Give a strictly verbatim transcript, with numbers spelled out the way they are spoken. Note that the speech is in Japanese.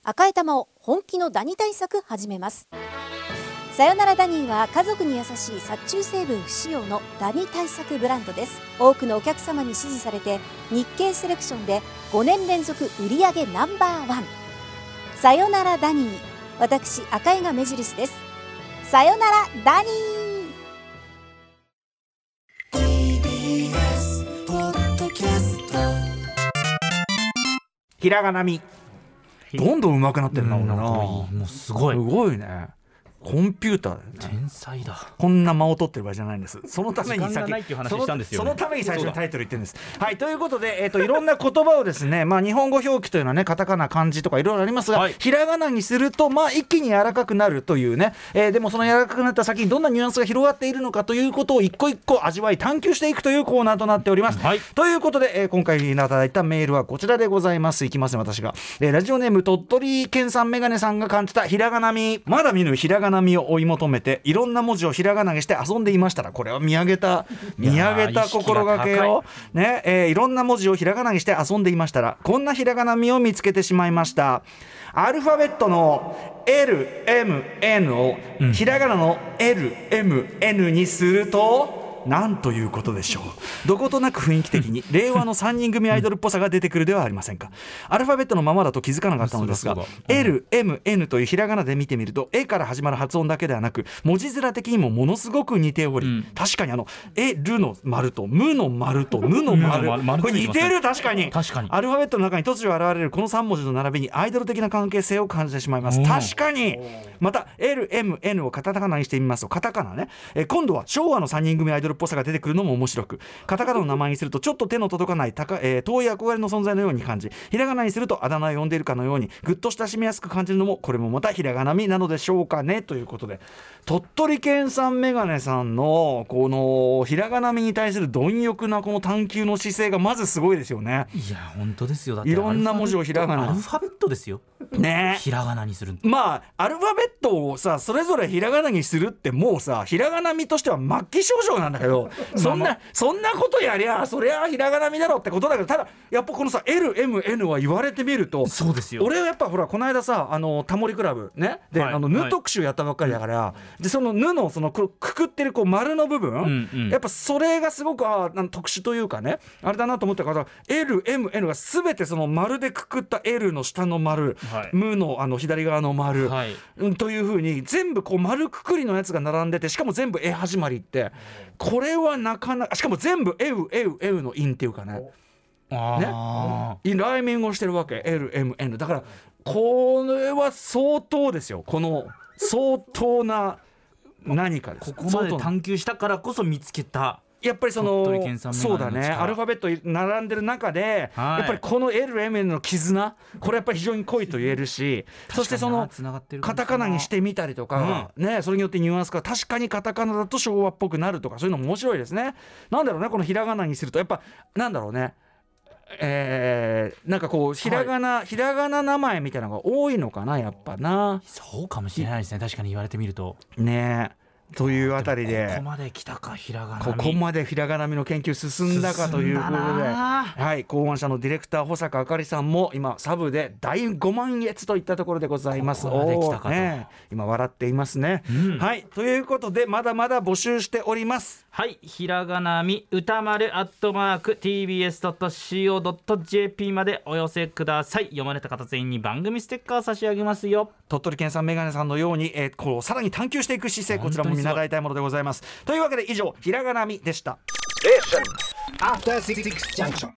赤い玉を本気のダニ対策始めます。さよならダニーは家族に優しい殺虫成分不使用のダニ対策ブランドです。多くのお客様に支持されて日経セレクションでごねん連続売上ナンバーワン。さよならダニー、私赤井が目印です。さよならダニー。 ティービーエス ポッドキャスト。 ひらがなみどんどん上手くなってるな、俺な。 もうすごいすごいね。コンピューターだよね。 天才だ。 こんな間を取ってる場合じゃないんです。そのために先時間がないっていう話したんですよね。 その、そのために最初にタイトル言ってるんです。はい、ということで、えー、といろんな言葉をですね、まあ、日本語表記というのはね、カタカナ漢字とかいろいろありますが、はい、ひらがなにすると、まあ、一気に柔らかくなるというね、えー、でもその柔らかくなった先にどんなニュアンスが広がっているのかということを一個一個味わい探求していくというコーナーとなっております。はい、ということで、えー、今回いただいたメールはこちらでございます。いきますね、私が、えー、ラジオネーム鳥取県産メガネさんが感じたひらがなみ。まだ見ぬひらがなみを追い求めていろんな文字をひらがなにして遊んでいましたら、これは見上げた見上げた心がけをね、えー、いろんな文字をひらがなにして遊んでいましたら、こんなひらがなみを見つけてしまいました。アルファベットの エルエムエヌ をひらがなの エルエムエヌ にするとなんということでしょう。どことなく雰囲気的に令和のさんにん組アイドルっぽさが出てくるではありませんか。アルファベットのままだと気づかなかったのですが、 エルエムエヌ というひらがなで見てみると、絵から始まる発音だけではなく文字面的にもものすごく似ており、うん、確かにあのエルの丸とムの丸とヌの丸これ似てる。確かに確かにアルファベットの中に突如現れるこのさん文字の並びにアイドル的な関係性を感じてしまいます。確かに。また エルエムエヌ をカタカナにしてみますと、カタカナね、え今度は昭和のさんにん組アイドルっぽさが出てくるのも面白く、カタカナの名前にするとちょっと手の届かない高、えー、遠い憧れの存在のように感じ、ひらがなにするとあだ名を呼んでいるかのようにぐっと親しみやすく感じるのも、これもまたひらがなみなのでしょうかね。ということで、鳥取県産メガネさんのこのひらがなみに対する貪欲なこの探求の姿勢がまずすごいですよね。 いや本当ですよ。だっていろんな文字をひらがな、 アルファベットですよね、ひらがなにする。 まあアルファベットをさそれぞれひらがなにするってもうさひらがなみとしては末期症状なんだけどそんなそんなことやりゃそりゃひらがなみだろうってことだけど、ただやっぱこのさ エルエムエヌ は言われてみると、 そうですよ。 俺はやっぱほらこの間さあのタモリクラブねで、はい、あのヌ特集やったばっかりだから、はい、でそのヌのそのくくってるこう丸の部分、うんうん、やっぱそれがすごくあ特殊というかねあれだなと思ったから エルエムエヌ が全てその丸でくくった L の下の丸、はい、ムのあの左側の丸、はいうん、という風に全部こう丸くくりのやつが並んでて、しかも全部絵始まりって、これはなかなかしかも全部エウエウエウの韻っていうかねあねライミングをしてるわけ エルエムエヌ だから、これは相当ですよ。この相当な何かです。 ここまで探求したからこそ見つけた。 やっぱりそのそうだね、アルファベット並んでる中で、はい、やっぱりこの エルエムエヌ の絆、これやっぱり非常に濃いと言えるし、そしてそのカタカナにしてみたりとか、うんね、それによってニュアンスが確かにカタカナだと昭和っぽくなるとか、そういうのも面白いですね。なんだろうね、このひらがなにするとやっぱなんだろうね、えー、なんかこうひらがな、はい、ひらがな名前みたいなのが多いのかな、やっぱな。 そうかもしれないですね、確かに言われてみるとねえというあたりで、 ここまで来たかひらがなみ、 ここまでひらがなみの研究進んだかということで、はい、考案者のディレクター保坂あかりさんも今サブで大ご満悦といったところでございます。 ここまで来たかと、 ね、今笑っていますね、うん、はいということでまだまだ募集しております。 はい、ひらがなみ歌丸アットマーク ティービーエスドットシーオードットジェーピー までお寄せください。読まれた方全員に番組ステッカー差し上げますよ。 鳥取県産メガネさんのように、えー、こうさらに探求していく姿勢、こちらも見習いたいものでございます。というわけで以上ひらがなみでした。